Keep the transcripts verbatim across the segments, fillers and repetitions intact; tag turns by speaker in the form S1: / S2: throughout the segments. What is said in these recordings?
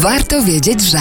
S1: Warto wiedzieć, że...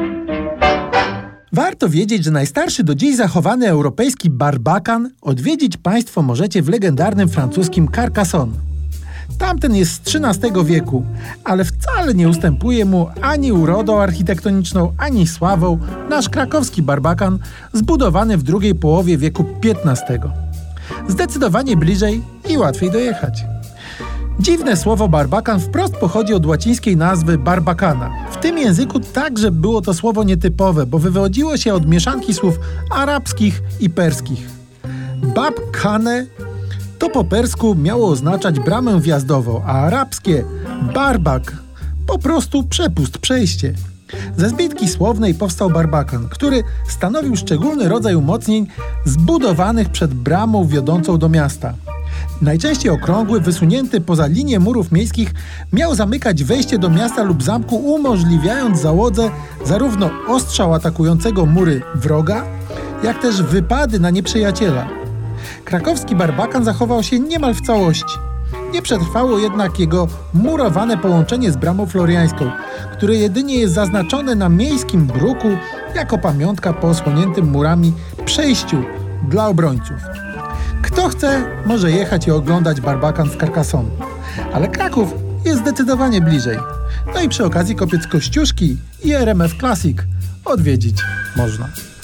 S2: Warto wiedzieć, że najstarszy do dziś zachowany europejski barbakan odwiedzić Państwo możecie w legendarnym francuskim Carcassonne. Tamten jest z trzynastego wieku, ale wcale nie ustępuje mu ani urodą architektoniczną, ani sławą nasz krakowski barbakan zbudowany w drugiej połowie wieku piętnastego. Zdecydowanie bliżej i łatwiej dojechać. Dziwne słowo barbakan wprost pochodzi od łacińskiej nazwy barbacana. W tym języku także było to słowo nietypowe, bo wywodziło się od mieszanki słów arabskich i perskich. Bab kane to po persku miało oznaczać bramę wjazdową, a arabskie barbak po prostu przepust, przejście. Ze zbitki słownej powstał barbakan, który stanowił szczególny rodzaj umocnień zbudowanych przed bramą wiodącą do miasta. Najczęściej okrągły, wysunięty poza linię murów miejskich, miał zamykać wejście do miasta lub zamku, umożliwiając załodze zarówno ostrzał atakującego mury wroga, jak też wypady na nieprzyjaciela. Krakowski barbakan zachował się niemal w całości. Nie przetrwało jednak jego murowane połączenie z bramą floriańską, które jedynie jest zaznaczone na miejskim bruku jako pamiątka po osłoniętym murami przejściu dla obrońców. Kto chce, może jechać i oglądać barbakan w Carcassonne, ale Kraków jest zdecydowanie bliżej. No i przy okazji kopiec Kościuszki i R M F Classic odwiedzić można.